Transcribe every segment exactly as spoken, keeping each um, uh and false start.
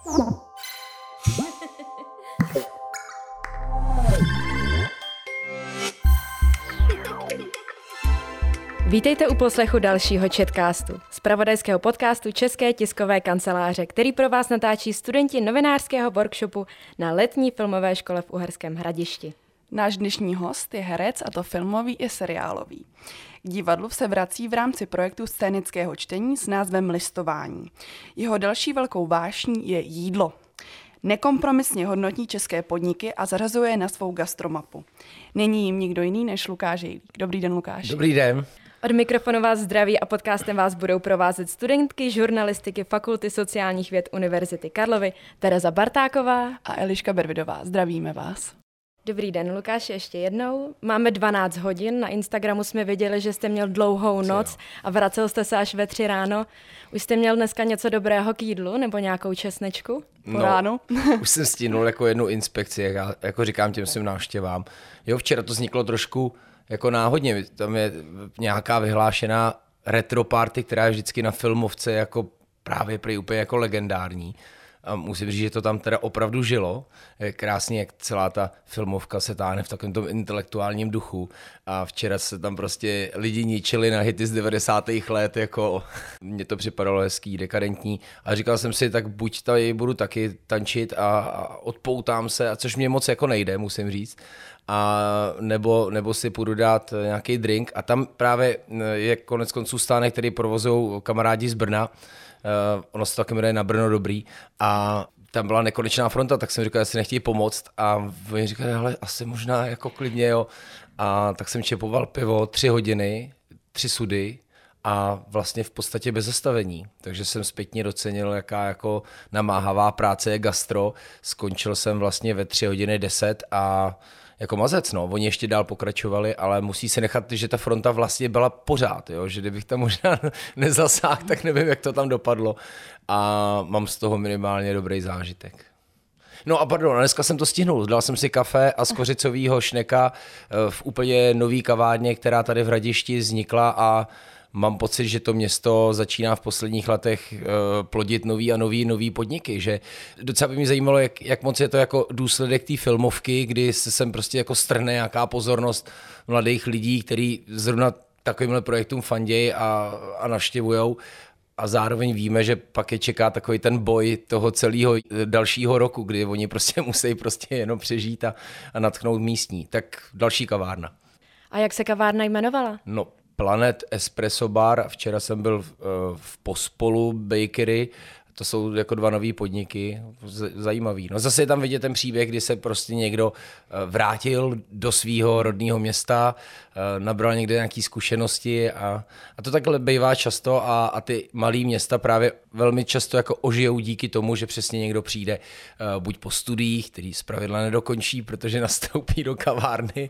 Vítejte u poslechu dalšího Chatcastu, zpravodajského podcastu České tiskové kanceláře, který pro vás natáčí studenti novinářského workshopu na letní filmové škole v Uherském Hradišti. Náš dnešní host je herec, a to filmový i seriálový. K divadlu se vrací v rámci projektu scénického čtení s názvem Listování. Jeho další velkou vášní je jídlo. Nekompromisně hodnotí české podniky a zařazuje je na svou gastromapu. Není jim nikdo jiný než Lukáš Jejlík. Dobrý den, Lukáš. Dobrý den. Od mikrofonu vás zdraví a podcastem vás budou provázet studentky žurnalistiky Fakulty sociálních věd Univerzity Karlovy Tereza Bartáková A Eliška Bervidová. Zdravíme vás. Dobrý den, Lukáši, ještě jednou. Máme dvanáct hodin, na Instagramu jsme viděli, že jste měl dlouhou noc a vracel jste se až ve tři ráno. Už jste měl dneska něco dobrého k jídlu nebo nějakou česnečku po no, ránu? Už jsem stínul jako jednu inspekci, jak já jako říkám těm svým návštěvám. Jo, včera to vzniklo trošku jako náhodně, tam je nějaká vyhlášená retro party, která je vždycky na filmovce jako právě prý úplně jako legendární. A musím říct, že to tam teda opravdu žilo. Je krásně, jak celá ta filmovka se táhne v takovém tom intelektuálním duchu. A včera se tam prostě lidi ničili na hity z devadesátých let, jako mně to připadalo hezký, dekadentní. A říkal jsem si, tak buď tady budu taky tančit a, a odpoutám se, a což mě moc jako nejde, musím říct. A nebo, nebo si půjdu dát nějaký drink. A tam právě je konec konců stánek, který provozují kamarádi z Brna. Uh, ono se taky jmenuje Na Brno dobrý a tam byla nekonečná fronta, tak jsem říkal, že si nechtějí pomoct a oni říkali, hele, asi možná jako klidně, jo. A tak jsem čepoval pivo tři hodiny, tři sudy a vlastně v podstatě bez zastavení. Takže jsem zpětně docenil, jaká jako namáhavá práce je gastro. Skončil jsem vlastně ve tři hodiny deset a jako mazec, no. Oni ještě dál pokračovali, ale musí se nechat, že ta fronta vlastně byla pořád, jo? Že kdybych tam možná nezasáhl, tak nevím, jak to tam dopadlo. A mám z toho minimálně dobrý zážitek. No a pardon, dneska jsem to stihnul. Dal jsem si kafe a z kořicovýho šneka v úplně nový kavárně, která tady v Hradišti vznikla a mám pocit, že to město začíná v posledních letech uh, plodit nový a nový, nový podniky, že docela by mě zajímalo, jak, jak moc je to jako důsledek té filmovky, kdy se sem prostě jako strhne nějaká pozornost mladých lidí, kteří zrovna takovýmhle projektům fandějí a, a navštěvujou. A zároveň víme, že pak je čeká takový ten boj toho celého dalšího roku, kdy oni prostě musí prostě jenom přežít a, a nadchnout místní. Tak další kavárna. A jak se kavárna jmenovala? No, Planet Espresso Bar. Včera jsem byl v, v Pospolu Bakery. To jsou jako dva nový podniky. Zajímavý. No zase je tam vidět ten příběh, kdy se prostě někdo vrátil do svého rodného města, nabral někde nějaké zkušenosti a, a to takhle bývá často a, a ty malý města právě velmi často jako ožijou díky tomu, že přesně někdo přijde buď po studiích, který zpravidla nedokončí, protože nastoupí do kavárny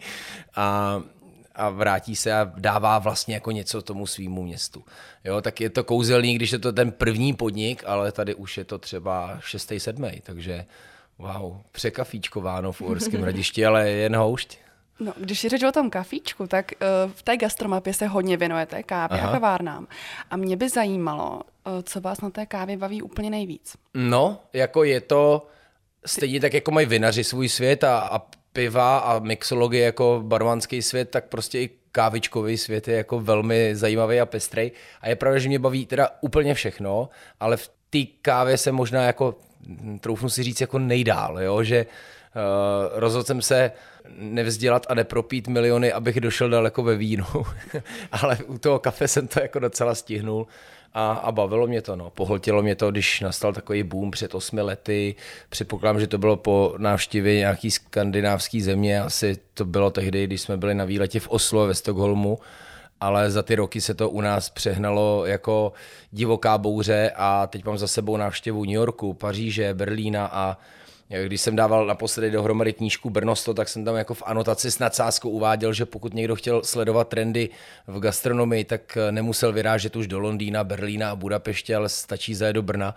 a a vrátí se a dává vlastně jako něco tomu svýmu městu. Jo, tak je to kouzelný, když je to ten první podnik, ale tady už je to třeba šestý, sedmý, takže wow, překafíčkováno v Uherském Hradišti, ale jen houšť. No, když je řeč o tom kafíčku, tak uh, v té gastromapě se hodně věnujete kávě a kavárnám. A mě by zajímalo, uh, co vás na té kávě baví úplně nejvíc. No, jako je to stejně tak, jako mají vinaři svůj svět a, a piva a mixologie jako barmanský svět, tak prostě i kávičkový svět je jako velmi zajímavý a pestrej. A je pravda, že mě baví teda úplně všechno, ale v té kávě se možná jako, troufnu si říct, jako nejdál, jo? Že uh, rozhodl jsem se nevzdělat a nepropít miliony, abych došel daleko ve vínu. Ale u toho kafe jsem to jako docela stihnul. A, a bavilo mě to, no. Pohltilo mě to, když nastal takový boom před osmi lety. Předpokládám, že to bylo po návštěvě nějaký skandinávský země. Asi to bylo tehdy, když jsme byli na výletě v Oslo, ve Stockholmu. Ale za ty roky se to u nás přehnalo jako divoká bouře a teď mám za sebou návštěvu New Yorku, Paříže, Berlína a když jsem dával naposledy dohromady knížku Brnosto, tak jsem tam jako v anotaci s nadsázkou uváděl, že pokud někdo chtěl sledovat trendy v gastronomii, tak nemusel vyrážet už do Londýna, Berlína a Budapeště, ale stačí zajet do Brna.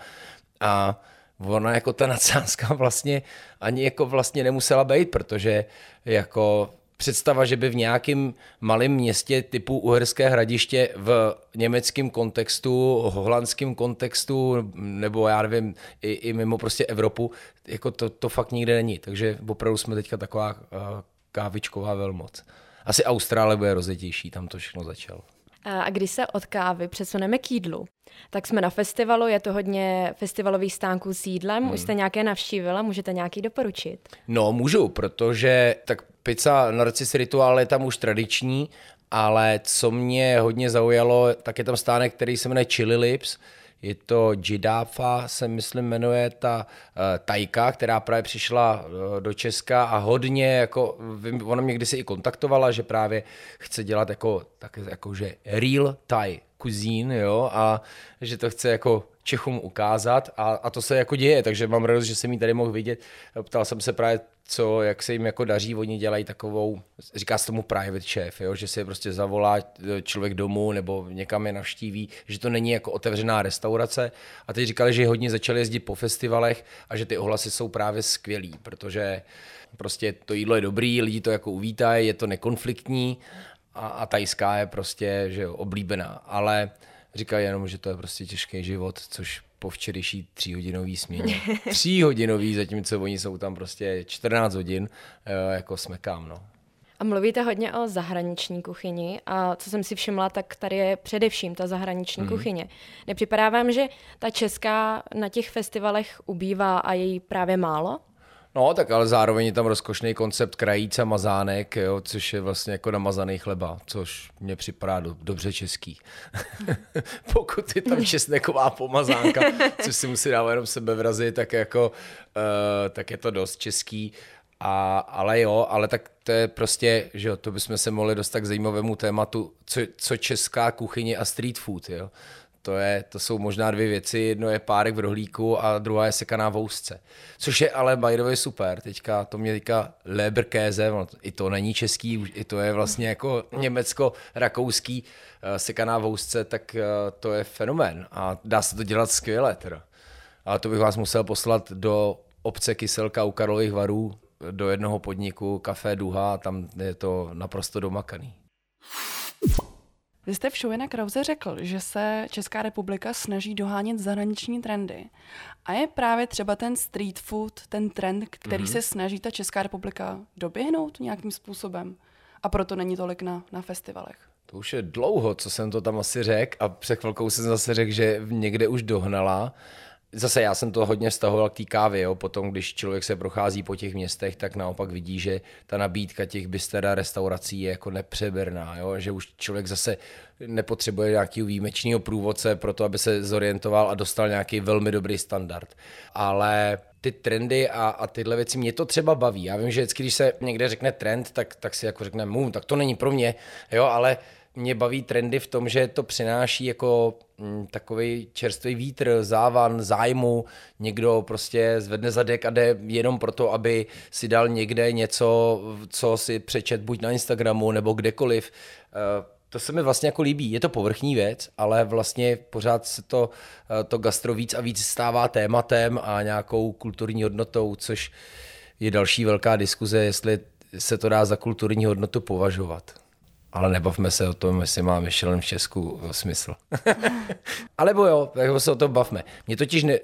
A ona jako ta nadsázka vlastně ani jako vlastně nemusela být, protože jako představa, že by v nějakém malém městě typu Uherské Hradiště v německém kontextu, holandském kontextu, nebo já nevím, i, i mimo prostě Evropu, jako to, to fakt nikde není. Takže opravdu jsme teďka taková uh, kávičková velmoc. Asi Austrálie bude rozjetější, tam to všechno začalo. A když se od kávy přesuneme k jídlu, tak jsme na festivalu, je to hodně festivalových stánků s jídlem. Hmm. Už jste nějaké navštívila, můžete nějaký doporučit? No, můžu, protože tak pizza Narcis Ritual je tam už tradiční, ale co mě hodně zaujalo, tak je tam stánek, který se jmenuje Chili Lips. Je to Jidáfa, se myslím jmenuje ta uh, tajka, která právě přišla uh, do Česka a hodně, jako, ona mě kdysi i kontaktovala, že právě chce dělat jako, tak, jako že real Thai cuisine, jo, a že to chce jako Čechům ukázat a, a to se jako děje, takže mám radost, že jsem jí tady mohl vidět. Ptal jsem se právě, co, jak se jim jako daří, oni dělají takovou, říká se tomu private chef, jo? Že si je prostě zavolá člověk domů nebo někam je navštíví, že to není jako otevřená restaurace. A teď říkali, že hodně začali jezdit po festivalech a že ty ohlasy jsou právě skvělý, protože prostě to jídlo je dobrý, lidi to jako uvítají, je to nekonfliktní a, a tajská je prostě, že jo, oblíbená, ale říkají jenom, že to je prostě těžký život, což po včerejší tříhodinový směně. Tříhodinový, zatímco oni jsou tam prostě čtrnáct hodin, jako smekám, no. A mluvíte hodně o zahraniční kuchyni a co jsem si všimla, tak tady je především ta zahraniční mm. kuchyně. Nepřipadá vám, že ta česká na těch festivalech ubývá a je jí právě málo? No, tak ale zároveň je tam rozkošný koncept krajíc a mazánek, jo, což je vlastně jako namazaný chleba, což mně připadá do, dobře český. Pokud je tam česneková pomazánka, což si musí dávat jenom sebevrazy, tak jako, uh, tak je to dost český. A, ale jo, ale tak to je prostě, že jo, to bychom se mohli dostat k zajímavému tématu, co, co česká kuchyně a street food, jo. To, je, to jsou možná dvě věci, jedno je párek v rohlíku a druhá je sekaná v housce. Což je ale by the way super, teďka to mě teďka Leberkäse, no, i to není český, i to je vlastně jako německo-rakouský uh, sekaná v housce, tak uh, to je fenomén a dá se to dělat skvěle teda. Ale to bych vás musel poslat do obce Kyselka u Karlových Varů, do jednoho podniku Café Duha a tam je to naprosto domakaný. Vy jste v show Jana Krause řekl, že se Česká republika snaží dohánět zahraniční trendy. A je právě třeba ten street food, ten trend, který mm-hmm. se snaží ta Česká republika doběhnout nějakým způsobem. A proto není tolik na, na festivalech. To už je dlouho, co jsem to tam asi řekl a před chvilkou jsem zase řekl, že někde už dohnala. Zase já jsem to hodně vztahoval k té kávě, jo. Potom, když člověk se prochází po těch městech, tak naopak vidí, že ta nabídka těch bister a restaurací je jako nepřeberná, jo. Že už člověk zase nepotřebuje nějakého výjimečného průvodce pro to, aby se zorientoval a dostal nějaký velmi dobrý standard. Ale ty trendy a, a tyhle věci mě to třeba baví. Já vím, že vždycky, když se někde řekne trend, tak, tak si jako řekne, mum, tak to není pro mě, jo, ale mě baví trendy v tom, že to přináší jako mm, takový čerstvý vítr, závan, zájmu, někdo prostě zvedne zadek a jde jenom proto, aby si dal někde něco, co si přečet buď na Instagramu nebo kdekoliv. Uh, to se mi vlastně jako líbí. Je to povrchní věc, ale vlastně pořád se to, to gastro víc a víc stává tématem a nějakou kulturní hodnotou, což je další velká diskuze, jestli se to dá za kulturní hodnotu považovat. Ale nebavme se o tom, jestli má Michelin v Česku smysl. Alebo jo, tak se o tom bavme. Mě totiž ne,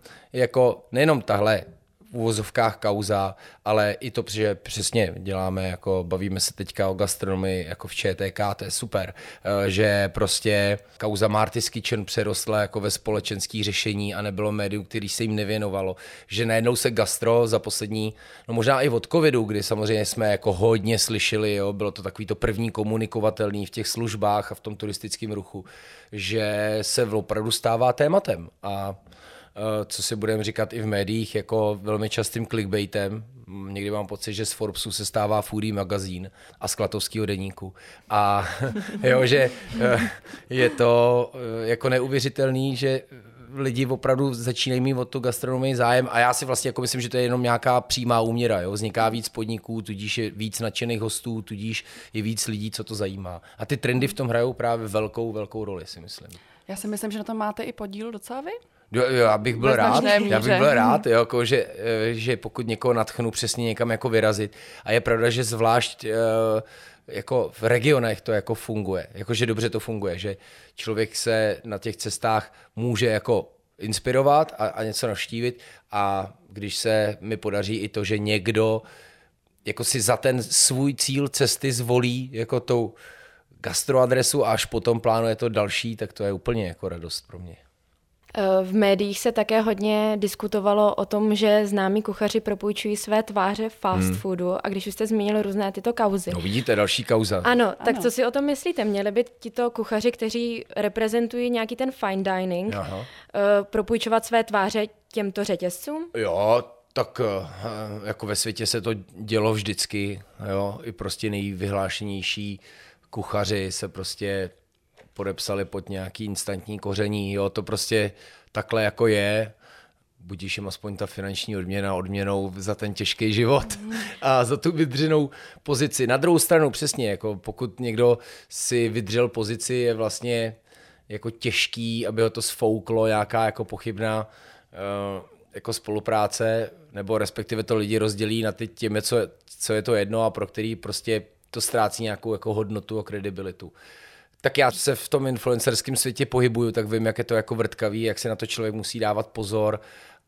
jako nejenom tahle v uvozovkách kauza, ale i to, že přesně děláme, jako bavíme se teďka o gastronomii jako v ČTK, to je super, že prostě kauza Marty's Kitchen přerostla jako ve společenský řešení a nebylo médium, který se jim nevěnovalo, že najednou se gastro za poslední, no možná i od covidu, kdy samozřejmě jsme jako hodně slyšeli, jo, bylo to takový to první komunikovatelný v těch službách a v tom turistickém ruchu, že se opravdu stává tématem a co si budeme říkat i v médiích, jako velmi častým clickbaitem. Někdy mám pocit, že z Forbesu se stává foodie magazín a z Klatovského deníku. A jo, že je to jako neuvěřitelný, že lidi opravdu začínají mít o tu gastronomii zájem a já si vlastně jako myslím, že to je jenom nějaká přímá úměra. Jo? Vzniká víc podniků, tudíž je víc nadšených hostů, tudíž je víc lidí, co to zajímá. A ty trendy v tom hrajou právě velkou, velkou roli, si myslím. Já si myslím, že na tom máte i podíl docela vy. Jo, jo, já bych byl Ve rád, značné míře. já bych byl rád, jo, jako, že, že pokud někoho natchnu přesně někam jako vyrazit. A je pravda, že zvlášť jako v regionech to jako funguje, jako že dobře to funguje, že člověk se na těch cestách může jako inspirovat a, a něco navštívit a když se mi podaří i to, že někdo jako si za ten svůj cíl cesty zvolí jako tou gastroadresu a až potom plánuje to další, tak to je úplně jako radost pro mě. V médiích se také hodně diskutovalo o tom, že známí kuchaři propůjčují své tváře fast hmm. foodu a když už jste zmínil různé tyto kauzy. No vidíte, další kauza. Ano, ano, tak ano. co si o tom myslíte? Měli by tito kuchaři, kteří reprezentují nějaký ten fine dining, uh, propůjčovat své tváře těmto řetězcům? Jo, tak jako ve světě se to dělo vždycky, jo, i prostě nejvyhlášenější kuchaři se prostě podepsali pod nějaký instantní koření, jo, to prostě takhle jako je, budíš jim aspoň ta finanční odměna odměnou za ten těžký život a za tu vydřenou pozici. Na druhou stranu přesně, jako pokud někdo si vydřel pozici, je vlastně jako těžký, aby ho to sfouklo, nějaká jako pochybná uh, jako spolupráce, nebo respektive to lidi rozdělí na ty těmi, co, co je to jedno a pro který prostě to ztrácí nějakou jako hodnotu a kredibilitu. Tak já se v tom influencerském světě pohybuju, tak vím, jak je to jako vrtkavý, jak se na to člověk musí dávat pozor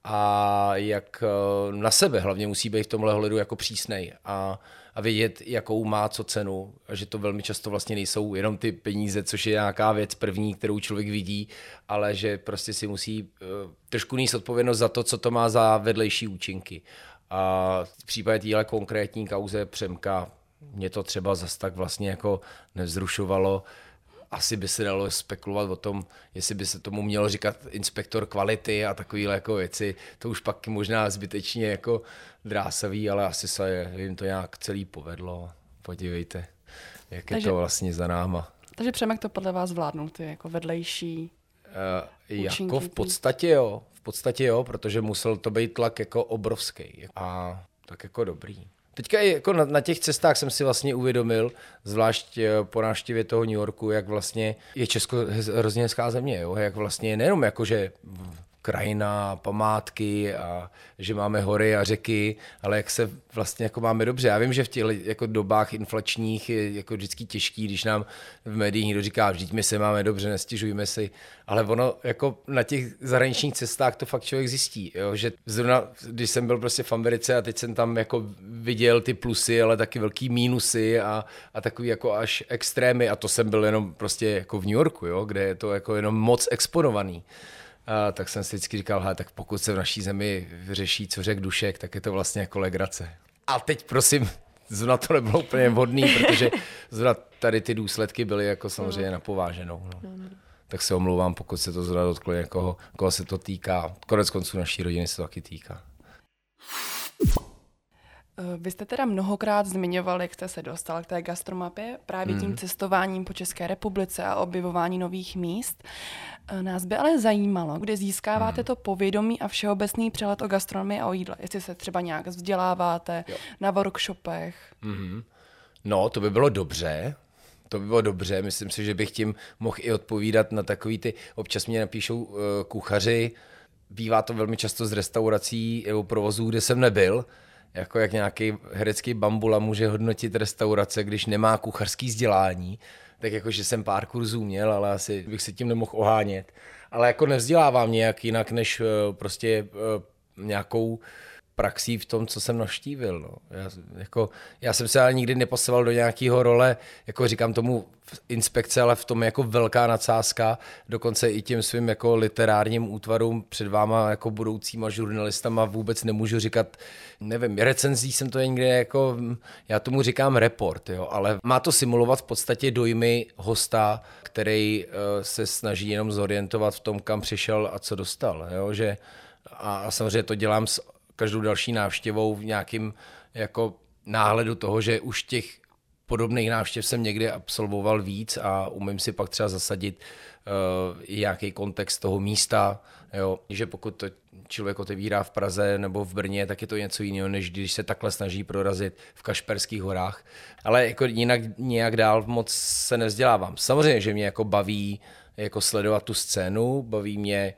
a jak na sebe hlavně musí být v tomhle hledu jako přísnej a, a vědět, jakou má co cenu a že to velmi často vlastně nejsou jenom ty peníze, což je nějaká věc první, kterou člověk vidí, ale že prostě si musí uh, trošku nést odpovědnost za to, co to má za vedlejší účinky. A v případě téhle konkrétní kauze Přemka mě to třeba zas tak vlastně jako nevzrušovalo. Asi by se dalo spekulovat o tom, jestli by se tomu mělo říkat inspektor kvality a takovéhle jako věci. To už pak možná zbytečně jako drásavý, ale asi se jim to nějak celý povedlo. Podívejte, jak takže, je to vlastně za náma. Takže Přemek to podle vás zvládnul, ty jako vedlejší uh, Jako v podstatě jo, v podstatě jo, protože musel to být tlak jako obrovský a tak jako dobrý. Teďka i jako na, na těch cestách jsem si vlastně uvědomil, zvlášť po návštěvě toho New Yorku, jak vlastně je Česko hrozně hezká země, jo? Jak vlastně nejenom jako, že krajina, památky a že máme hory a řeky, ale jak se vlastně jako máme dobře. Já vím, že v těch jako dobách inflačních je jako vždycky těžký, když nám v médiích někdo říká, vždyť my se máme dobře, nestěžujme si, ale ono jako na těch zahraničních cestách to fakt člověk zjistí, jo? Že zrovna, když jsem byl prostě v Americe a teď jsem tam jako viděl ty plusy, ale taky velký mínusy a, a takový jako až extrémy a to jsem byl jenom prostě jako v New Yorku, jo? Kde je to jako jenom moc exponovaný. A tak jsem si vždycky říkal, hele, tak pokud se v naší zemi vyřeší, co řek Dušek, tak je to vlastně jako legrace. A teď prosím, zrovna to nebylo úplně vhodný, protože zrovna tady ty důsledky byly jako samozřejmě napováženou. No. Tak se omlouvám, pokud se to zrovna dotklo někoho, koho se to týká. Konec konců naší rodiny se to taky týká. Vy jste teda mnohokrát zmiňoval, jak jste se dostal k té gastromapě právě tím mm. cestováním po České republice a objevování nových míst. Nás by ale zajímalo, kde získáváte mm. to povědomí a všeobecný přehled o gastronomii a o jídle. Jestli se třeba nějak vzděláváte jo. na workshopech. Mm-hmm. No, to by bylo dobře. To by bylo dobře. Myslím si, že bych tím mohl i odpovídat na takový ty, občas mě napíšou uh, kuchaři, bývá to velmi často z restaurací nebo provozů, kde jsem nebyl, jako jak nějaký herecký bambula může hodnotit restaurace, když nemá kuchařský vzdělání, tak jakože jsem pár kurzů měl, ale asi bych se tím nemohl ohánět. Ale jako nevzdělávám nějak jinak, než prostě nějakou praxí v tom, co jsem navštívil. No. Já, jako, já jsem se ale nikdy nepasoval do nějakého role, jako říkám tomu inspekce, ale v tom jako velká nadsázka, dokonce i tím svým jako literárním útvarům před váma jako budoucíma žurnalistama vůbec nemůžu říkat, nevím, recenzí jsem to někde jako, já tomu říkám report, jo, ale má to simulovat v podstatě dojmy hosta, který uh, se snaží jenom zorientovat v tom, kam přišel a co dostal, jo, že a, a samozřejmě to dělám s každou další návštěvou v nějakým jako náhledu toho, že už těch podobných návštěv jsem někdy absolvoval víc a umím si pak třeba zasadit uh, nějaký kontext toho místa, jo, že pokud to člověk otevírá v Praze nebo v Brně, tak je to něco jiného, než když se takhle snaží prorazit v Kašperských horách. Ale jako jinak nějak dál moc se nevzdělávám. Samozřejmě, že mě jako baví jako sledovat tu scénu, baví mě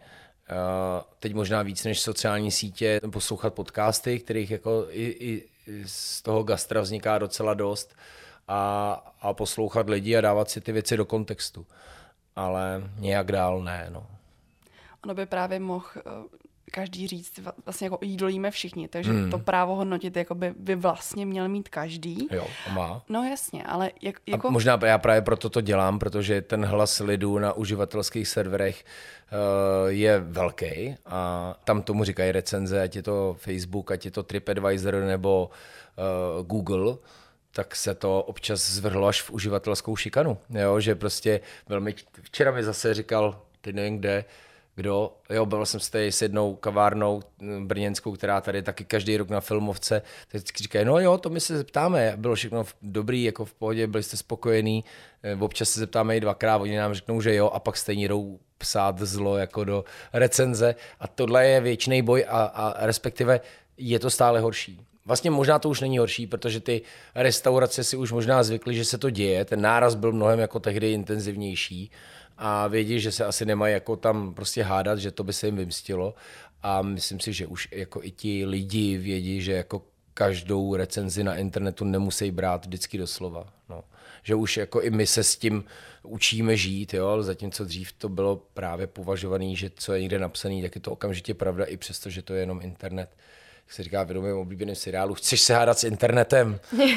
teď možná víc než sociální sítě, poslouchat podcasty, kterých jako i, i z toho gastra vzniká docela dost a, a poslouchat lidi a dávat si ty věci do kontextu. Ale nějak dál ne, no. Ono by právě mohl každý říct, vlastně jako jídlo jíme všichni, takže hmm. to právo hodnotit jako by, by vlastně měl mít každý. Jo, má. No jasně, ale jak, jako... A možná já právě proto to dělám, protože ten hlas lidů na uživatelských serverech uh, je velký a tam tomu říkají recenze, ať je to Facebook, ať je to TripAdvisor nebo uh, Google, tak se to občas zvrhlo až v uživatelskou šikanu. Jo? Že prostě velmi... Včera mi zase říkal, teď nevím kde, kdo, jo, byl jsem s tady s jednou kavárnou brněnskou, která tady taky každý rok na filmovce, tak vždycky říkají, no jo, to my se zeptáme, bylo všechno dobrý, jako v pohodě, byli jste spokojení, občas se zeptáme i dvakrát, oni nám řeknou, že jo, a pak stejně jdou psát zlo jako do recenze a tohle je věčný boj a, a respektive je to stále horší. Vlastně možná to už není horší, protože ty restaurace si už možná zvykly, že se to děje, ten náraz byl mnohem jako tehdy intenzivnější, a vědí, že se asi nemají jako tam prostě hádat, že to by se jim vymstilo a myslím si, že už jako i ti lidi vědí, že jako každou recenzi na internetu nemusí brát vždycky doslova. No. Že už jako i my se s tím učíme žít, jo? Zatímco dřív to bylo právě považované, že co je někde napsané, tak je to okamžitě pravda, i přesto, že to je jenom internet. Jak se říká v jednom oblíbeném seriálu, chceš se hádat s internetem?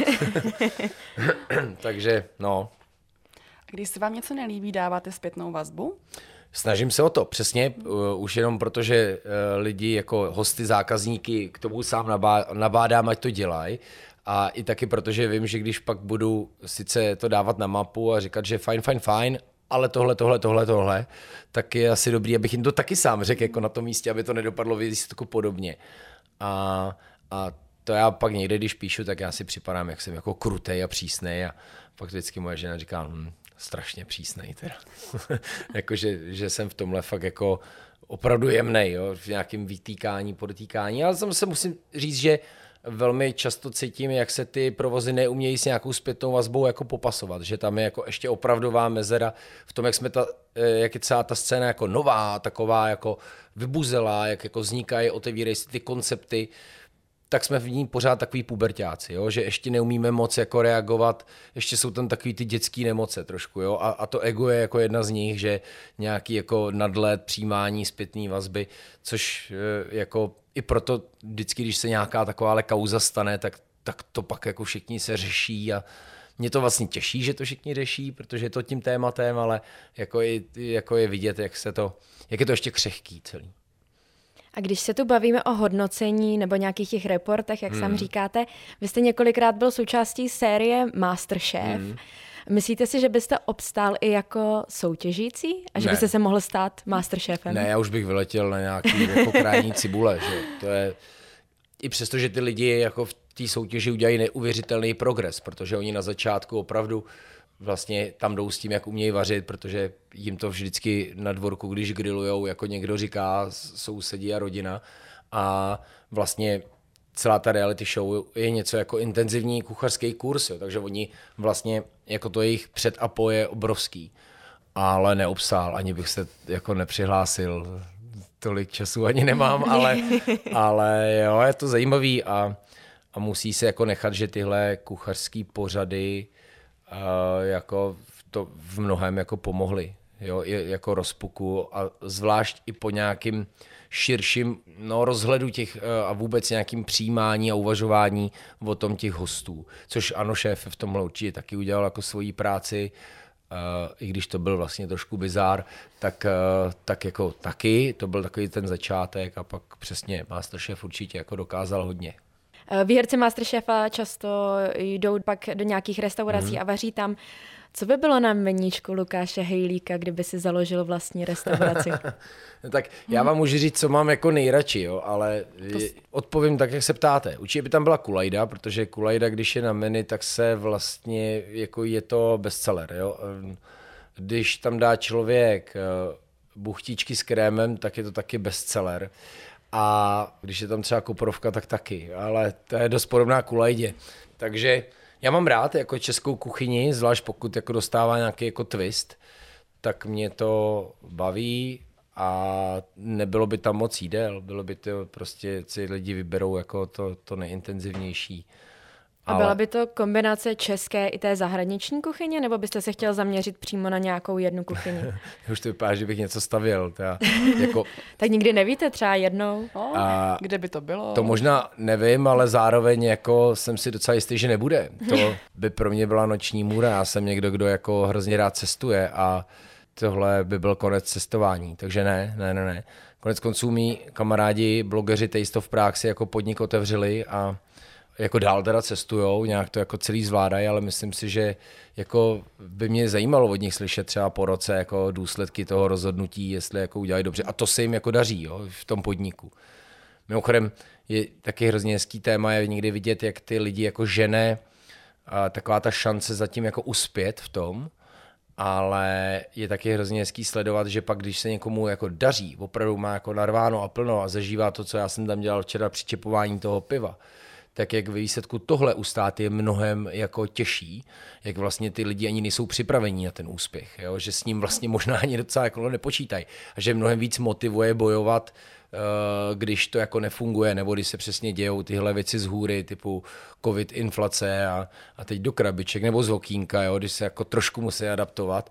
Takže no. Když se vám něco nelíbí, dáváte zpětnou vazbu? Snažím se o to, přesně, uh, už jenom protože uh, lidi jako hosty, zákazníky k tomu sám nabá, nabádám, ať to dělají. A i taky protože vím, že když pak budu sice to dávat na mapu a říkat, že fajn, fajn, fajn, ale tohle, tohle, tohle, tohle, tak je asi dobrý, abych jim to taky sám řekl jako na tom místě, aby to nedopadlo výsledku podobně. A, a to já pak někde, když píšu, tak já si připadám, jak jsem jako krutej a přísnej a pak vždycky moje žena říká, hm, strašně přísnej teda. Jakože, že jsem v tomhle fakt jako opravdu jemnej, jo, v nějakém vytýkání, podotýkání, ale zase musím říct, že velmi často cítím, jak se ty provozy neumějí s nějakou zpětnou vazbou jako popasovat, že tam je jako ještě opravdová mezera v tom, jak jsme ta, jak je celá ta scéna jako nová, taková jako vybuzelá, jak jako vznikají, otevírají si ty koncepty, tak jsme v ní pořád takový puberťáci, jo? Že ještě neumíme moc jako reagovat, ještě jsou tam takový ty dětský nemoce trošku, jo? A, a to ego je jako jedna z nich, že nějaký jako nadhled, přijímání, zpětný vazby, což jako i proto vždycky, když se nějaká taková kauza stane, tak, tak to pak jako všichni se řeší a mě to vlastně těší, že to všichni řeší, protože je to tím tématem, ale jako je, jako je vidět, jak se to, jak je to ještě křehký celý. A když se tu bavíme o hodnocení nebo nějakých těch reportech, jak hmm. sám říkáte, vy jste několikrát byl součástí série MasterChef. Hmm. Myslíte si, že byste obstál i jako soutěžící a že ne. byste se mohl stát MasterChefem? Ne, já už bych vyletěl na nějaký jako krajní cibule. Že? To je... I přesto, že ty lidi jako v té soutěži udělají neuvěřitelný progres, protože oni na začátku opravdu vlastně tam jdou s tím, jak umějí vařit, protože jim to vždycky na dvorku, když grillujou, jako někdo říká, sousedí a rodina. A vlastně celá ta reality show je něco jako intenzivní kuchařský kurz, jo, takže oni vlastně, jako to jejich před a po je obrovský. Ale neobstál, ani bych se jako nepřihlásil, tolik času ani nemám, ale, ale jo, je to zajímavý a, a musí se jako nechat, že tyhle kuchařský pořady Uh, jako to v mnohem jako pomohly, jo, jako rozpuku a zvlášť i po nějakým širším no, rozhledu těch uh, a vůbec nějakým přijímání a uvažování o tom těch hostů, což ano, šéf v tomhle určitě taky udělal jako svoji práci, uh, i když to byl vlastně trošku bizár, tak, uh, tak jako taky, to byl takový ten začátek a pak přesně MasterChef určitě jako dokázal hodně. Výherci MasterChefa často jdou pak do nějakých restaurací mm. a vaří tam. Co by bylo na meníčku Lukáše Hejlíka, kdyby si založil vlastní restauraci? Tak já vám můžu říct, co mám jako nejradši, jo, ale to... odpovím tak, jak se ptáte. Určitě by tam byla kulajda, protože kulajda, když je na menu, tak se vlastně, jako je to bestseller, jo. Když tam dá člověk buchtičky s krémem, tak je to taky bestseller. A když je tam třeba koprovka, tak taky, ale to je dost podobná kulajdě. Takže já mám rád jako českou kuchyni, zvlášť pokud jako dostává nějaký jako twist, tak mě to baví a nebylo by tam moc jídel, bylo by to prostě, si lidi vyberou jako to, to nejintenzivnější. A byla by to kombinace české i té zahraniční kuchyně, nebo byste se chtěl zaměřit přímo na nějakou jednu kuchyni? Už to vypadá, že bych něco stavěl. Teda, jako... Tak nikdy nevíte, třeba jednou? No, a kde by to bylo? To možná nevím, ale zároveň jako jsem si docela jistý, že nebude. To by pro mě byla noční můra. Já jsem někdo, kdo jako hrozně rád cestuje a tohle by byl konec cestování. Takže ne, ne, ne, ne. Konec konců mý kamarádi, blogeři Taste of Prague si jako podnik otevřeli a jako dál teda cestujou, nějak to jako celý zvládají, ale myslím si, že jako by mě zajímalo od nich slyšet třeba po roce jako důsledky toho rozhodnutí, jestli jako udělají dobře. A to se jim jako daří, jo, v tom podniku. Mimochodem je taky hrozně hezký téma, je někdy vidět, jak ty lidi jako žene a taková ta šance zatím jako uspět v tom, ale je taky hrozně hezký sledovat, že pak, když se někomu jako daří, opravdu má jako narváno a plno a zažívá to, co já jsem tam dělal včera při čepování toho piva, tak jak ve výsledku tohle ustát je mnohem jako těžší, jak vlastně ty lidi ani nejsou připravení na ten úspěch, jo? Že s ním vlastně možná ani docela jako nepočítají a že mnohem víc motivuje bojovat, když to jako nefunguje, nebo když se přesně dějou tyhle věci z hůry, typu covid, inflace a, a teď do krabiček, nebo z okýnka, jo? Když se jako trošku musí adaptovat,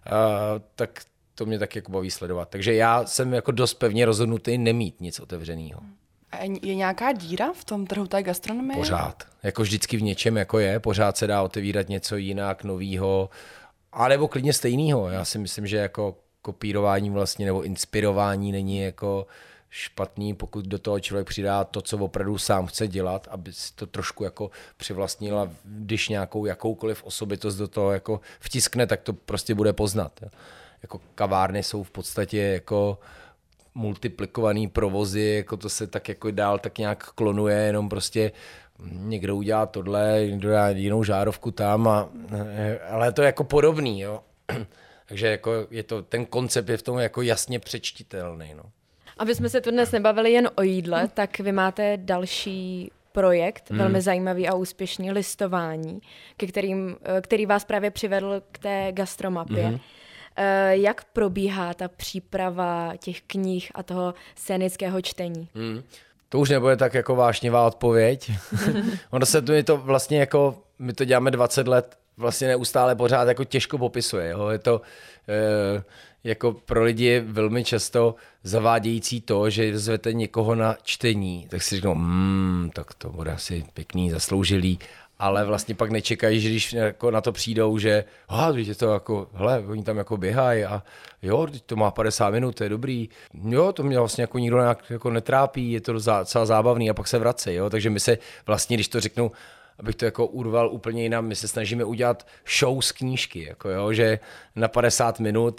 tak to mě taky jako baví sledovat. Takže já jsem jako dost pevně rozhodnutý nemít nic otevřeného. Je nějaká díra v tom trhu té gastronomie? Pořád. Jako vždycky v něčem jako je. Pořád se dá otevírat něco jinak, novýho, anebo klidně stejného. Já si myslím, že jako kopírování vlastně nebo inspirování není jako špatný, pokud do toho člověk přidá to, co opravdu sám chce dělat, aby si to trošku jako přivlastnila, když nějakou jakoukoliv osobitost do toho jako vtiskne, tak to prostě bude poznat. Jako kavárny jsou v podstatě jako multiplikovaný provozy, jako to se tak jako dál tak nějak klonuje, jenom prostě někdo udělá tohle, někdo dá jinou žárovku tam, a, ale je to jako podobný, jo. Takže jako je to, ten koncept je v tom jako jasně přečtitelný, no. Aby jsme se tu dnes nebavili jen o jídle, tak vy máte další projekt, hmm. velmi zajímavý a úspěšný, Listování, ke kterým, který vás právě přivedl k té gastromapě. Hmm. Jak probíhá ta příprava těch knih a toho scénického čtení? Hmm. To už nebude tak jako vášnivá odpověď. Ono se tu je to vlastně jako, my to děláme dvacet let, vlastně neustále pořád jako těžko popisuje. Jo? Je to e, jako pro lidi je velmi často zavádějící to, že zvete někoho na čtení, tak si řeknou, mmm, tak to bude asi pěkný, zasloužilý. Ale vlastně pak nečekají, že když jako na to přijdou, že aha, je to jako, hele, oni tam jako běhají a jo, to má padesát minut, to je dobrý. Jo, to mě vlastně jako nikdo nějak jako netrápí, je to docela zábavný a pak se vracejí, jo. Takže my se vlastně, když to řeknu, abych to jako urval úplně jinam, my se snažíme udělat show z knížky, jako jo, že na padesát minut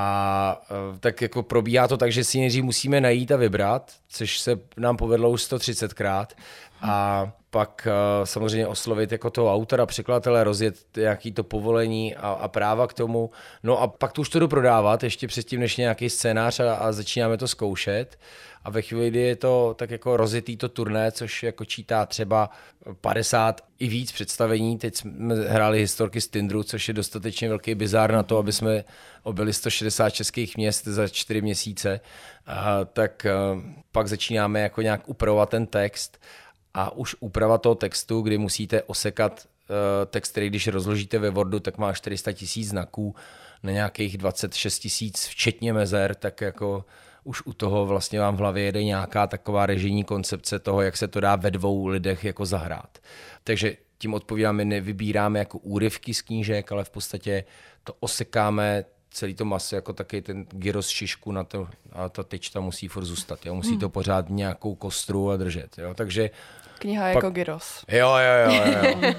a tak jako probíhá to tak, že si nejdřív musíme najít a vybrat, což se nám povedlo už sto třicetkrát a pak uh, samozřejmě oslovit jako toho autora, překladatele, rozjet nějaký to povolení a, a práva k tomu. No a pak to už to jdu prodávat, ještě předtím, než nějaký scénář a, a začínáme to zkoušet. A ve chvíli, kdy je to tak jako rozjetý to turné, což jako čítá třeba padesát i víc představení. Teď jsme hráli historky z Tinderu, což je dostatečně velký bizár na to, aby jsme objeli sto šedesát českých měst za čtyři měsíce. A, tak a, pak začínáme jako nějak upravovat ten text. A už úprava toho textu, kdy musíte osekat uh, text, který když rozložíte ve Wordu, tak má čtyři sta tisíc znaků na nějakých dvacet šest tisíc, včetně mezer, tak jako už u toho vlastně vám v hlavě jede nějaká taková režijní koncepce toho, jak se to dá ve dvou lidech jako zahrát. Takže tím odpovídáme, nevybíráme jako úryvky z knížek, ale v podstatě to osekáme, celý to maso, jako taky ten gyros šišku na to, a ta tyč tam musí furt zůstat, jo? Musí hmm. to pořád nějakou kostru a držet, jo? Takže kniha pak... jako gyros. Jo, jo, jo, jo. uh,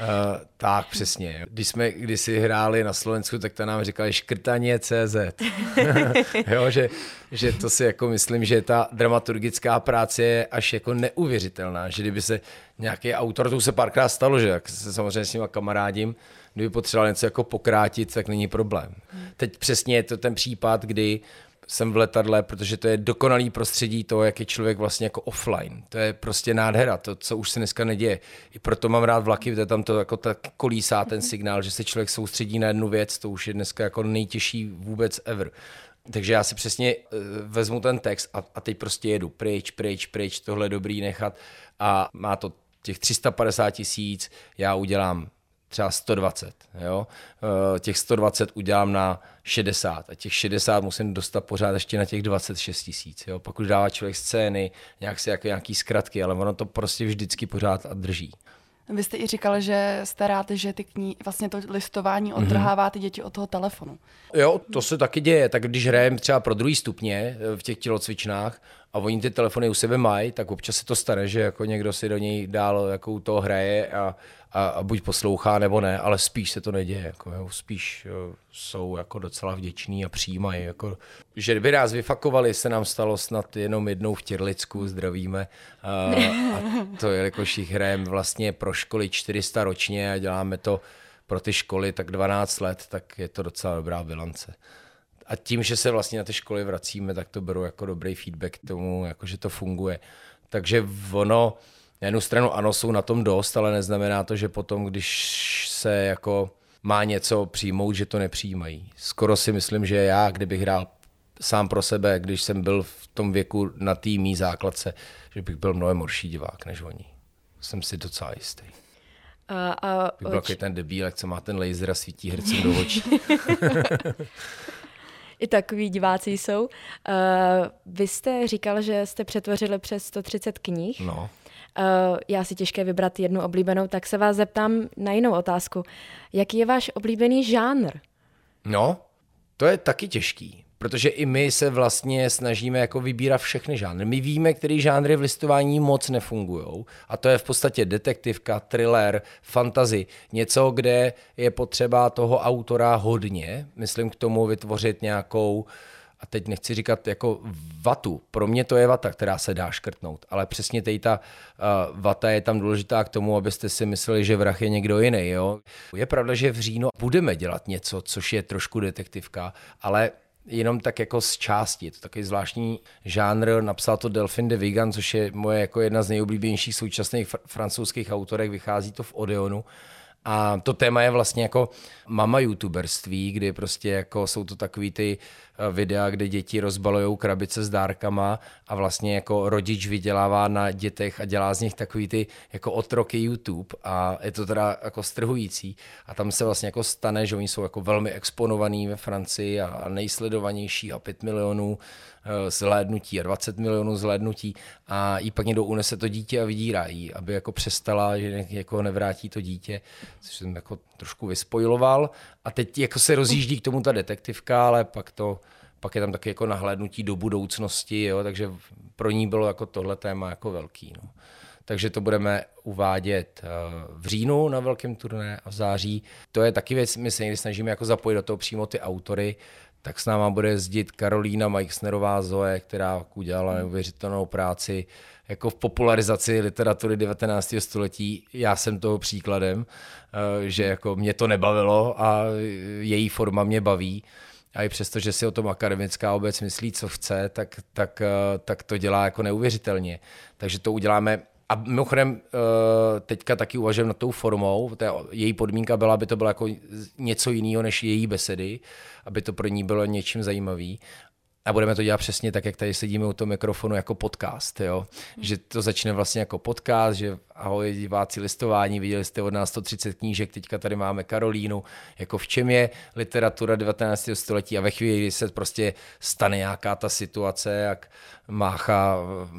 tak přesně. Když jsme kdysi hráli na Slovensku, tak to nám říkali škrtaně tečka cé zet. Jo, že, že to si jako myslím, že ta dramaturgická práce je až jako neuvěřitelná, že kdyby se nějaký autor, to už se párkrát stalo, že jak se samozřejmě s nima kamarádím, kdyby potřeboval něco jako pokrátit, tak není problém. Hmm. Teď přesně je to ten případ, kdy jsem v letadle, protože to je dokonalý prostředí toho, jak je člověk vlastně jako offline. To je prostě nádhera, to, co už se dneska neděje. I proto mám rád vlaky, protože tam to jako tak kolísá ten signál, že se člověk soustředí na jednu věc, to už je dneska jako nejtěžší vůbec ever. Takže já si přesně uh, vezmu ten text a, a teď prostě jedu pryč, pryč, pryč, tohle dobrý nechat a má to těch tři sta padesát tisíc, já udělám třeba sto dvacet, jo? Uh, těch sto dvacet udělám na šedesát a těch šedesát musím dostat pořád ještě na těch dvacet šest tisíc, jo? Pak už dává člověk scény, nějak si jako nějaký zkratky, ale ono to prostě vždycky pořád a drží. Vy jste i říkal, že jste rád, že ty knihy, vlastně to listování odtrhává ty děti od toho telefonu. Jo, to se taky děje. Tak když hrajeme třeba pro druhý stupně v těch tělocvičnách a oni ty telefony u sebe mají, tak občas se to stane, že jako někdo si do něj dál jako u toho hraje a, a, a buď poslouchá nebo ne, ale spíš se to neděje. Jako, jo, spíš jo, jsou jako docela vděční a přijímají. Jako, že by nás vyfakovali, se nám stalo snad jenom jednou v Těrlicku, zdravíme. A, a to je, jakož jich hrajeme vlastně pro školy čtyři sta ročně a děláme to pro ty školy tak dvanáct let, tak je to docela dobrá bilance. A tím, že se vlastně na ty školy vracíme, tak to beru jako dobrý feedback k tomu, jako že to funguje. Takže ono, na jednu stranu ano, jsou na tom dost, ale neznamená to, že potom, když se jako má něco přijmout, že to nepřijímají. Skoro si myslím, že já, kdybych hrál sám pro sebe, když jsem byl v tom věku na té mý základce, že bych byl mnohem horší divák než oni. Jsem si docela jistý. A, a bych byl takový ten debílek, co má ten laser a svítí hercům do očí. I takový diváci jsou. Uh, vy jste říkal, že jste přetvořili přes sto třicet knih. No. Uh, já si těžké vybrat jednu oblíbenou, tak se vás zeptám na jinou otázku. Jaký je váš oblíbený žánr? No, to je taky těžký. Protože i my se vlastně snažíme jako vybírat všechny žánry. My víme, který žánry v listování moc nefungujou. A to je v podstatě detektivka, thriller, fantasy. Něco, kde je potřeba toho autora hodně. Myslím k tomu vytvořit nějakou, a teď nechci říkat jako vatu. Pro mě to je vata, která se dá škrtnout. Ale přesně tady ta uh, vata je tam důležitá k tomu, abyste si mysleli, že vrah je někdo jiný. Jo? Je pravda, že v říjnu budeme dělat něco, což je trošku detektivka, ale jenom tak jako z části. Je to takový zvláštní žánr, napsal to Delphine de Vigan, což je moje jako jedna z nejoblíbenějších současných fr- francouzských autorek, vychází to v Odeonu. A to téma je vlastně jako mama youtuberství, kdy prostě jako jsou to takový ty videa, kde děti rozbalujou krabice s dárkama a vlastně jako rodič vydělává na dětech a dělá z nich takový ty jako otroky YouTube a je to teda jako strhující. A tam se vlastně jako stane, že oni jsou jako velmi exponovaní ve Francii a nejsledovanější a pět milionů zhlédnutí a dvacet milionů zhlédnutí a jí pak někdo unese to dítě a vydírá jí, aby jako přestala, že jako nevrátí to dítě, což jsem jako trošku vyspojiloval a teď jako se rozjíždí k tomu ta detektivka, ale pak to, pak je tam taky jako nahlédnutí do budoucnosti, jo, takže pro ní bylo jako tohle téma jako velký, no. Takže to budeme uvádět v říjnu na velkém turné a v září. To je taky věc, my se někdy snažíme jako zapojit do toho přímo ty autory, tak s náma bude jezdit Karolína Majksnerová Zoe, která udělala neuvěřitelnou práci jako v popularizaci literatury devatenáctého století. Já jsem toho příkladem, že jako mě to nebavilo a její forma mě baví. A i přesto, že si o tom akademická obec myslí, co chce, tak, tak, tak to dělá jako neuvěřitelně. Takže to uděláme. A mimochodem teďka taky uvažujeme nad tou formou. Její podmínka byla, aby to bylo jako něco jiného než její besedy, aby to pro ní bylo něčím zajímavý. A budeme to dělat přesně tak, jak tady sedíme u toho mikrofonu jako podcast. Jo? Že to začne vlastně jako podcast, že ahoj diváci listování, viděli jste od nás sto třicet knížek, teďka tady máme Karolínu. Jako v čem je literatura devatenáctého století a ve chvíli, kdy se prostě stane nějaká ta situace, jak mácha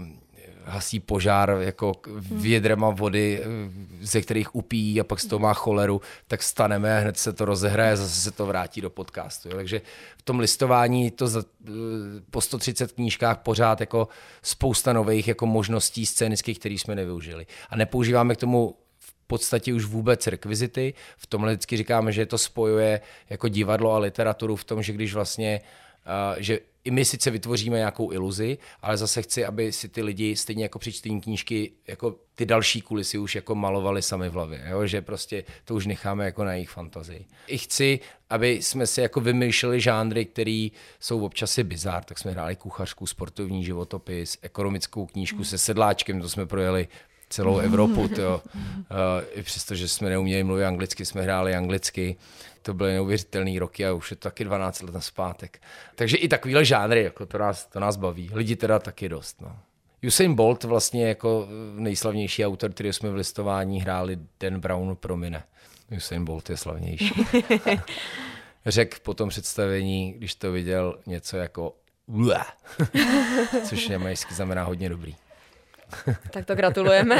hasí požár jako vědrema vody, ze kterých upíjí a pak z toho má choleru, tak staneme a hned se to rozehraje a zase se to vrátí do podcastu. Jo. Takže v tom listování to za, po sto třicet knížkách pořád jako spousta nových jako možností scénických, které jsme nevyužili. A nepoužíváme k tomu v podstatě už vůbec rekvizity. V tomhle vždycky říkáme, že to spojuje jako divadlo a literaturu v tom, že když vlastně, uh, že i my sice vytvoříme nějakou iluzi, ale zase chci, aby si ty lidi stejně jako při čtení knížky jako ty další kulisy už jako malovali sami v hlavě, jo? Že prostě to už necháme jako na jejich fantazii. I chci, aby jsme si jako vymýšleli žánry, které jsou občas i bizár, tak jsme hráli kuchařku, sportovní životopis, ekonomickou knížku se sedláčkem, to jsme projeli celou Evropu. To, I přesto, že jsme neuměli mluvit anglicky, jsme hráli anglicky. To byly neuvěřitelné roky a už je to taky dvanáct let nazpátek. Takže i takovýhle žánry, jako to, nás, to nás baví. Lidi teda taky dost. No. Usain Bolt vlastně jako nejslavnější autor, který jsme v listování hráli, Dan Brown promine. Usain Bolt je slavnější. Řekl po tom představení, když to viděl, něco jako což německy znamená hodně dobrý. Tak to gratulujeme.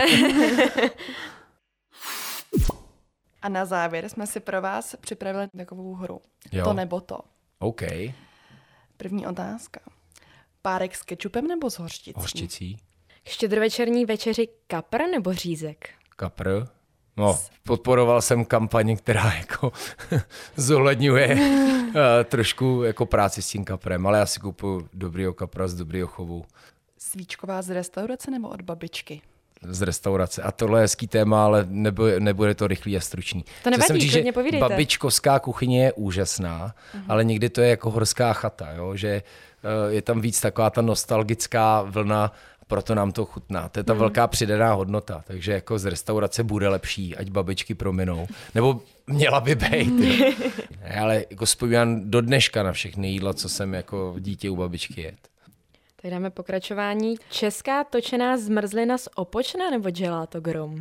A na závěr jsme si pro vás připravili takovou hru. Jo. To nebo to. OK. První otázka. Párek s kečupem nebo s hořčicí? Hořčicí. K štědrovečerní večeři kapr nebo řízek? Kapr. No, podporoval jsem kampaň, která jako zohledňuje uh, trošku jako práci s tím kaprem, ale já si kupuju dobrýho kapra z dobrýho chovu. Svíčková z restaurace nebo od babičky? Z restaurace. A tohle je hezký téma, ale nebude, nebude to rychlý a stručný. To nevadí, jsem říct, klidně že povídejte. babičkovská kuchyně je úžasná, uh-huh. ale někdy to je jako horská chata, jo? Že uh, je tam víc taková ta nostalgická vlna, proto nám to chutná. To je ta mm. velká přidaná hodnota, takže jako z restaurace bude lepší, ať babičky prominou. Nebo měla by být. Ne, ale jako vzpomínám do dneška na všechny jídla, co jsem jako dítě u babičky jet. Tak dáme pokračování. Česká točená zmrzlina z Opočna nebo gelato grom?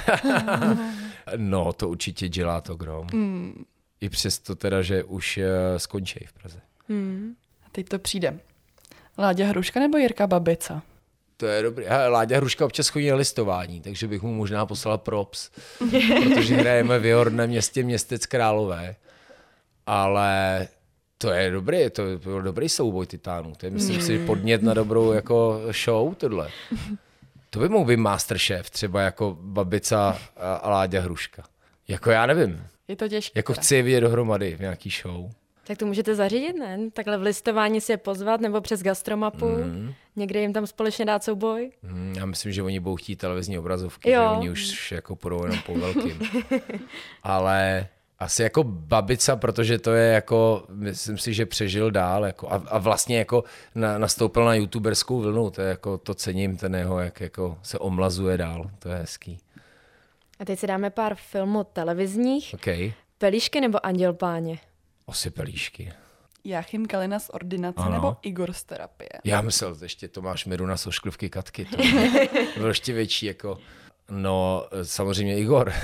No, to určitě gelato grom. Mm. I přesto teda, že už uh, skončí v Praze. Mm. A teď to přijde. Láďa Hruška nebo Jirka Babica? To je dobrý. Hele, Láďa Hruška občas chodí na listování, takže bych mu možná poslal props, protože hrajeme v jeho rodném městě Městec Králové. Ale to je dobrý, to je dobrý souboj titánů. To je, myslím si, podnět na dobrou jako show tohle. To by mohl být Masterchef, třeba jako Babica a Láďa Hruška. Jako já nevím. Je to těžké. Jako chci je vidět dohromady v nějaký show. Tak to můžete zařídit, ne? Takhle v listování si je pozvat, nebo přes gastromapu, mm. někde jim tam společně dát souboj. Mm, já myslím, že oni budou chtít televizní obrazovky, jo. že oni už jako půjdou jenom po velkým. Ale asi jako Babica, protože to je jako, myslím si, že přežil dál jako, a, a vlastně jako na, nastoupil na youtuberskou vlnu, to je jako, to cením, ten jeho, jak jako se omlazuje dál, to je hezký. A teď si dáme pár filmů televizních. Okay. Pelíšky nebo Anděl Páně? Asi Pelíšky. Jáchym Kalina z ordinace ano. nebo Igor z terapie? Já myslel, že ještě Tomáš Miruna z Ošklivky Katky. To bylo ještě větší jako, no samozřejmě Igor.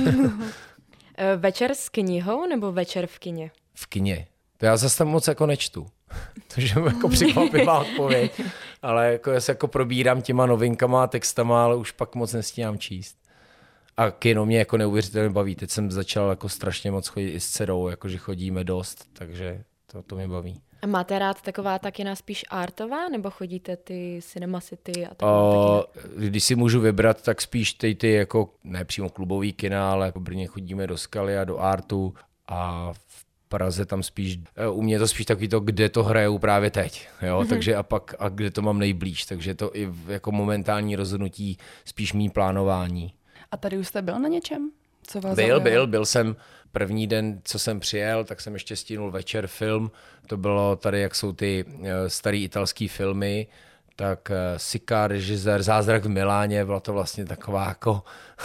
Večer s knihou nebo večer v kině? V kině. To já zase tam moc jako nečtu. Takže jako překvapivá odpověď. Ale jako já se jako probírám těma novinkama a textama, ale už pak moc nestíhám číst. A kino mě jako neuvěřitelně baví. Teď jsem začal jako strašně moc chodit i s dcerou, jakože chodíme dost, takže to, to mě baví. A máte rád taková ta kina spíš artová, nebo chodíte ty Cinema City a taková ta kina? Když si můžu vybrat, tak spíš ty, ty jako, ne přímo klubový kina, ale v Brně chodíme do Skaly a do Artu a v Praze tam spíš, u mě je to spíš takový to, kde to hrajou právě teď, jo, mm-hmm. takže a pak, a kde to mám nejblíž, takže to i jako momentální rozhodnutí, spíš mý plánování. A tady už jste byl na něčem? Co vás byl, zaujalo? byl, byl jsem první den, co jsem přijel, tak jsem ještě stínul večer film, to bylo tady, jak jsou ty starý italský filmy, tak Sika, režisér, Zázrak v Miláně, byla to vlastně taková jako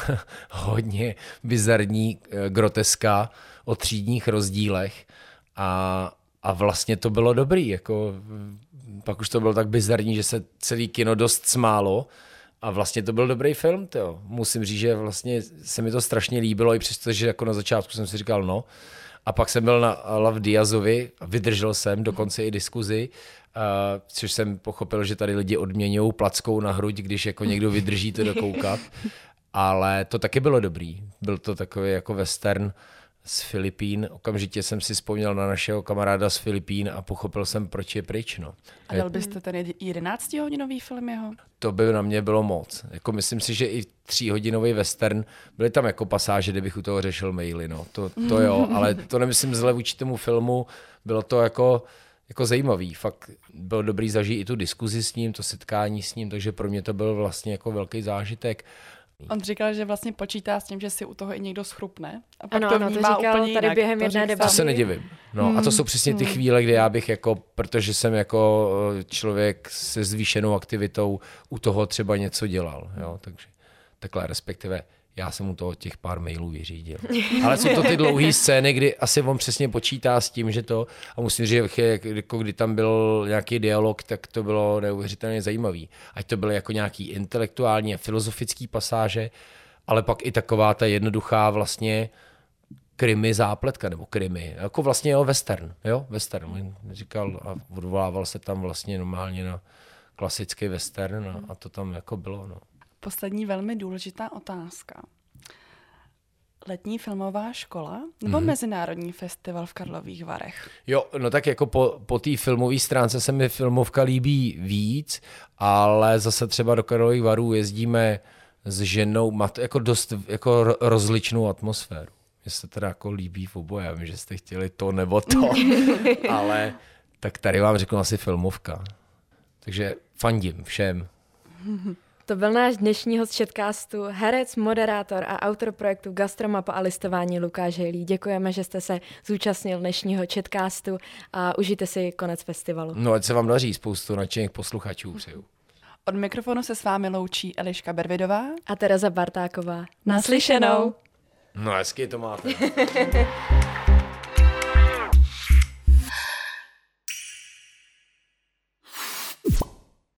hodně bizarní groteska o třídních rozdílech a, a vlastně to bylo dobrý, jako pak už to bylo tak bizarní, že se celý kino dost smálo a vlastně to byl dobrý film, tyjo. Musím říct, že vlastně se mi to strašně líbilo, i přesto, že jako na začátku jsem si říkal no. A pak jsem byl na Lav Diazovi a vydržel jsem dokonce i diskuzi, uh, což jsem pochopil, že tady lidi odměňují plackou na hruď, když jako někdo vydrží to dokoukat. Ale to taky bylo dobrý. Byl to takový jako western z Filipín. Okamžitě jsem si vzpomněl na našeho kamaráda z Filipín a pochopil jsem, proč je pryč. No. A dal byste ten jedenáctihodinový film jeho? To by na mě bylo moc. Jako myslím si, že i tříhodinový western, byly tam jako pasáže, kdybych u toho řešil maily, no. To, to jo, ale to nemyslím zle vůči tomu filmu, bylo to jako, jako zajímavý. Fakt byl dobrý zažít i tu diskuzi s ním, to setkání s ním, takže pro mě to byl vlastně jako velký zážitek. On říkal, že vlastně počítá s tím, že si u toho i někdo schrupne. A pak ano, to ano, to říkal tady jinak. během to jedné debaty. To se nedivím. No, hmm. A to jsou přesně ty chvíle, kdy já bych jako, protože jsem jako člověk se zvýšenou aktivitou u toho třeba něco dělal. Jo, takže takhle respektive já jsem mu to těch pár mailů vyřídil. Ale jsou to ty dlouhé scény, kdy asi on přesně počítá s tím, že to, a musím říct, jako kdy tam byl nějaký dialog, tak to bylo neuvěřitelně zajímavý. Ať to byly jako nějaký intelektuální a filozofický pasáže, ale pak i taková ta jednoduchá vlastně krimi zápletka, nebo krimi, jako vlastně jo, western, jo, western. Říkal a odvolával se tam vlastně normálně na klasický western a, a to tam jako bylo, no. Poslední velmi důležitá otázka. Letní filmová škola nebo mm-hmm. mezinárodní festival v Karlových Varech? Jo, no tak jako po, po té filmové stránce se mi filmovka líbí víc, ale zase třeba do Karlových Varů jezdíme s ženou, má to jako dost jako rozličnou atmosféru. Mně se teda jako líbí v oboje, já vím, že jste chtěli to nebo to, ale tak tady vám řeknu asi filmovka. Takže fandím všem. To byl náš dnešní host Chatcastu, herec, moderátor a autor projektu Gastromapa a listování Lukáš Hejlí. Děkujeme, že jste se zúčastnil dnešního Chatcastu a užijte si konec festivalu. No ať se vám daří, spoustu nadšených posluchačů přeju. Od mikrofonu se s vámi loučí Eliška Bervidová a Tereza Bartáková. Naslyšenou. No hezky to máte.